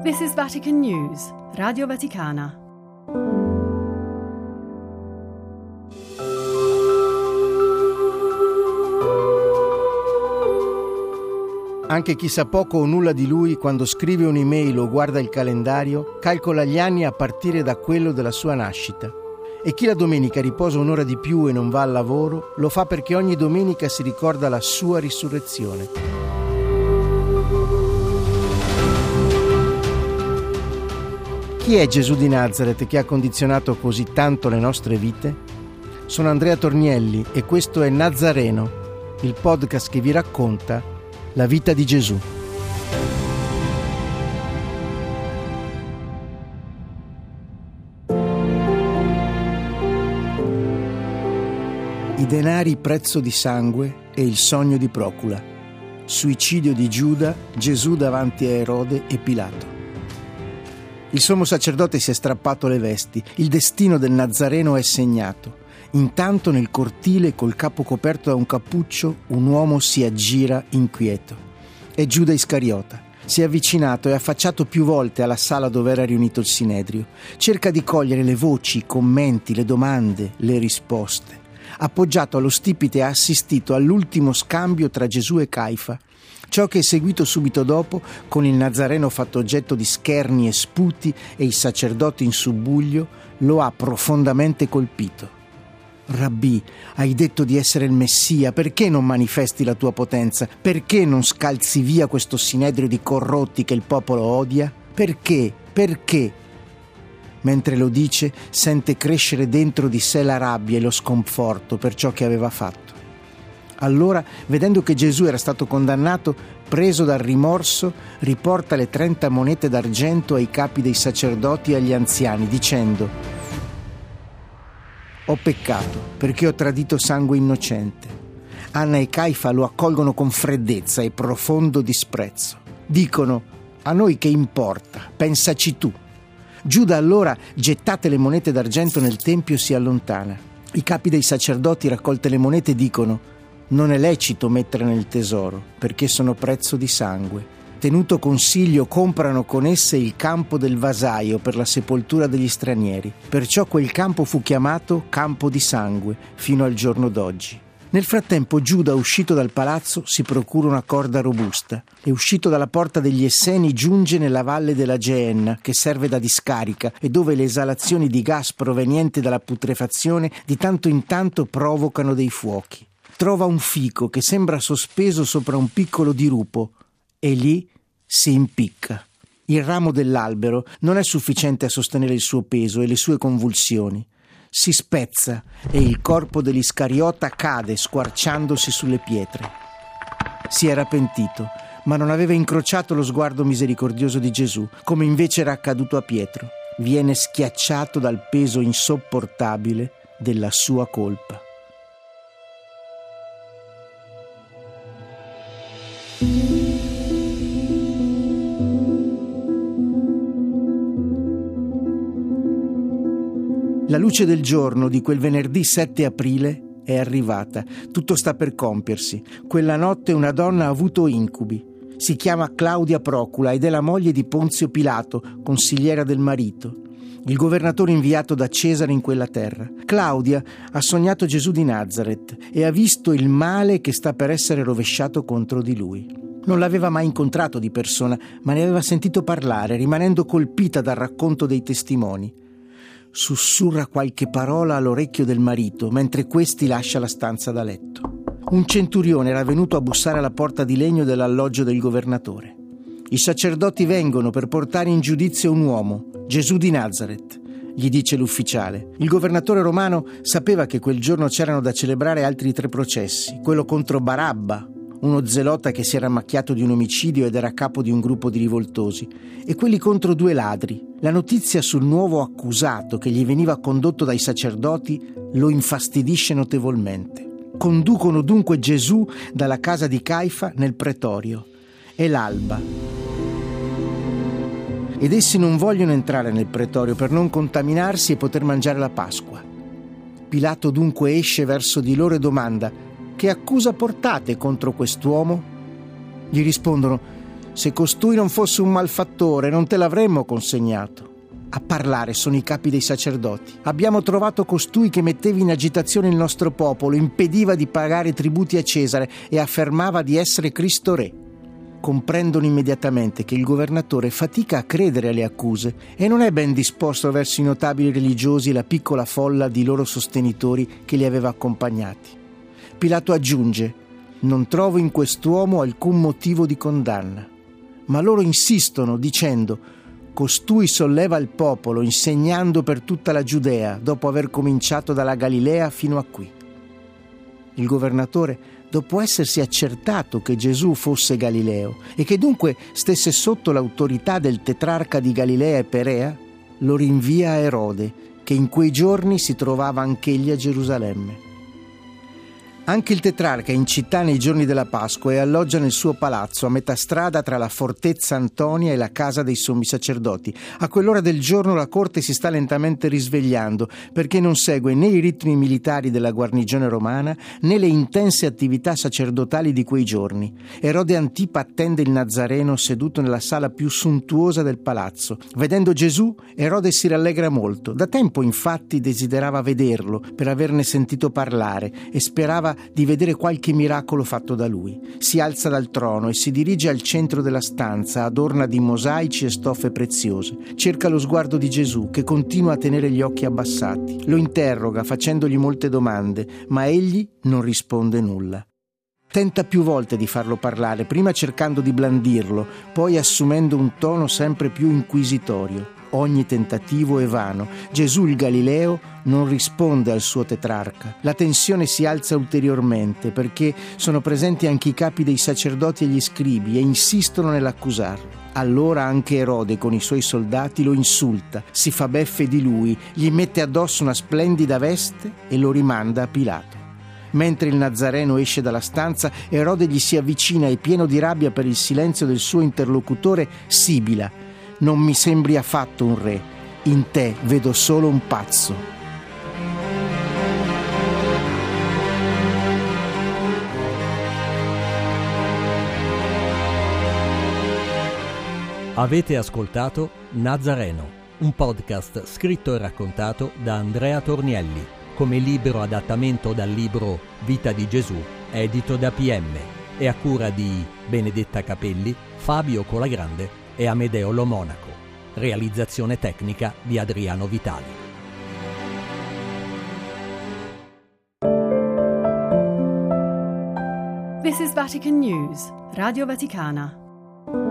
This is Vatican News, Radio Vaticana. Anche chi sa poco o nulla di lui, quando scrive un'email o guarda il calendario, calcola gli anni a partire da quello della sua nascita. E chi la domenica riposa un'ora di più e non va al lavoro, lo fa perché ogni domenica si ricorda la sua risurrezione. Chi è Gesù di Nazareth che ha condizionato così tanto le nostre vite? Sono Andrea Tornielli e questo è Nazareno, il podcast che vi racconta la vita di Gesù. I denari prezzo di sangue e il sogno di Procula. Suicidio di Giuda, Gesù davanti a Erode e Pilato. Il sommo sacerdote si è strappato le vesti, il destino del Nazareno è segnato. Intanto nel cortile, col capo coperto da un cappuccio, un uomo si aggira inquieto. È Giuda Iscariota. Si è avvicinato e affacciato più volte alla sala dove era riunito il Sinedrio. Cerca di cogliere le voci, i commenti, le domande, le risposte. Appoggiato allo stipite ha assistito all'ultimo scambio tra Gesù e Caifa. Ciò che è seguito subito dopo, con il Nazareno fatto oggetto di scherni e sputi e i sacerdoti in subbuglio, lo ha profondamente colpito. Rabbì, hai detto di essere il Messia, perché non manifesti la tua potenza? Perché non scalzi via questo sinedrio di corrotti che il popolo odia? Perché? Perché? Mentre lo dice, sente crescere dentro di sé la rabbia e lo sconforto per ciò che aveva fatto. Allora, vedendo che Gesù era stato condannato, preso dal rimorso, riporta le 30 monete d'argento ai capi dei sacerdoti e agli anziani, dicendo: ho peccato perché ho tradito sangue innocente. Anna e Caifa lo accolgono con freddezza e profondo disprezzo. Dicono: a noi che importa, pensaci tu. Giuda allora, gettate le monete d'argento nel tempio, si allontana. I capi dei sacerdoti, raccolte le monete, dicono: non è lecito mettere nel tesoro perché sono prezzo di sangue. Tenuto consiglio, comprano con esse il campo del vasaio per la sepoltura degli stranieri. Perciò quel campo fu chiamato campo di sangue fino al giorno d'oggi. Nel frattempo Giuda, uscito dal palazzo, si procura una corda robusta e, uscito dalla porta degli Esseni, giunge nella valle della Geenna, che serve da discarica e dove le esalazioni di gas provenienti dalla putrefazione di tanto in tanto provocano dei fuochi. Trova un fico che sembra sospeso sopra un piccolo dirupo e lì si impicca. Il ramo dell'albero non è sufficiente a sostenere il suo peso e le sue convulsioni. Si spezza e il corpo dell'Iscariota cade squarciandosi sulle pietre. Si era pentito, ma non aveva incrociato lo sguardo misericordioso di Gesù, come invece era accaduto a Pietro. Viene schiacciato dal peso insopportabile della sua colpa. La luce del giorno di quel venerdì 7 aprile è arrivata. Tutto sta per compiersi. Quella notte una donna ha avuto incubi. Si chiama Claudia Procula ed è la moglie di Ponzio Pilato, consigliera del marito, il governatore inviato da Cesare in quella terra. Claudia ha sognato Gesù di Nazareth e ha visto il male che sta per essere rovesciato contro di lui. Non l'aveva mai incontrato di persona, ma ne aveva sentito parlare, rimanendo colpita dal racconto dei testimoni. Sussurra qualche parola all'orecchio del marito, mentre questi lascia la stanza da letto. Un centurione era venuto a bussare alla porta di legno dell'alloggio del governatore. I sacerdoti vengono per portare in giudizio un uomo, Gesù di Nazareth, gli dice l'ufficiale. Il governatore romano sapeva che quel giorno c'erano da celebrare altri 3 processi, quello contro Barabba, uno zelota che si era macchiato di un omicidio ed era capo di un gruppo di rivoltosi, e quelli contro 2 ladri. La notizia sul nuovo accusato che gli veniva condotto dai sacerdoti lo infastidisce notevolmente. Conducono dunque Gesù dalla casa di Caifa nel pretorio. È l'alba. Ed essi non vogliono entrare nel pretorio per non contaminarsi e poter mangiare la Pasqua. Pilato dunque esce verso di loro e domanda: che accusa portate contro quest'uomo? Gli rispondono: Se costui non fosse un malfattore, non te l'avremmo consegnato. A parlare sono i capi dei sacerdoti. Abbiamo trovato costui che metteva in agitazione il nostro popolo, impediva di pagare tributi a Cesare e affermava di essere Cristo Re. Comprendono immediatamente che il governatore fatica a credere alle accuse e non è ben disposto verso i notabili religiosi e la piccola folla di loro sostenitori che li aveva accompagnati. Pilato aggiunge: «Non trovo in quest'uomo alcun motivo di condanna». Ma loro insistono dicendo: «Costui solleva il popolo insegnando per tutta la Giudea dopo aver cominciato dalla Galilea fino a qui». Il governatore, dopo essersi accertato che Gesù fosse Galileo e che dunque stesse sotto l'autorità del tetrarca di Galilea e Perea, lo rinvia a Erode, che in quei giorni si trovava anch'egli a Gerusalemme. Anche il tetrarca è in città nei giorni della Pasqua e alloggia nel suo palazzo a metà strada tra la fortezza Antonia e la casa dei sommi sacerdoti. A quell'ora del giorno la corte si sta lentamente risvegliando perché non segue né i ritmi militari della guarnigione romana né le intense attività sacerdotali di quei giorni. Erode Antipa attende il Nazareno seduto nella sala più sontuosa del palazzo. Vedendo Gesù, Erode si rallegra molto. Da tempo infatti desiderava vederlo per averne sentito parlare e sperava di vedere qualche miracolo fatto da lui. Si alza dal trono e si dirige al centro della stanza, adorna di mosaici e stoffe preziose. Cerca lo sguardo di Gesù, che continua a tenere gli occhi abbassati. Lo interroga facendogli molte domande, ma egli non risponde nulla. Tenta più volte di farlo parlare, prima cercando di blandirlo, poi assumendo un tono sempre più inquisitorio. Ogni tentativo è vano. Gesù il Galileo non risponde al suo tetrarca. La tensione si alza ulteriormente perché sono presenti anche i capi dei sacerdoti e gli scribi e insistono nell'accusarlo. Allora anche Erode con i suoi soldati lo insulta, si fa beffe di lui, gli mette addosso una splendida veste e lo rimanda a Pilato. Mentre il Nazareno esce dalla stanza, Erode gli si avvicina e, pieno di rabbia per il silenzio del suo interlocutore, sibila: «Non mi sembri affatto un re, in te vedo solo un pazzo». Avete ascoltato Nazareno, un podcast scritto e raccontato da Andrea Tornielli, come libero adattamento dal libro Vita di Gesù, edito da PM, e a cura di Benedetta Capelli, Fabio Colagrande e Amedeo Lo Monaco. Realizzazione tecnica di Adriano Vitali. This is Vatican News, Radio Vaticana.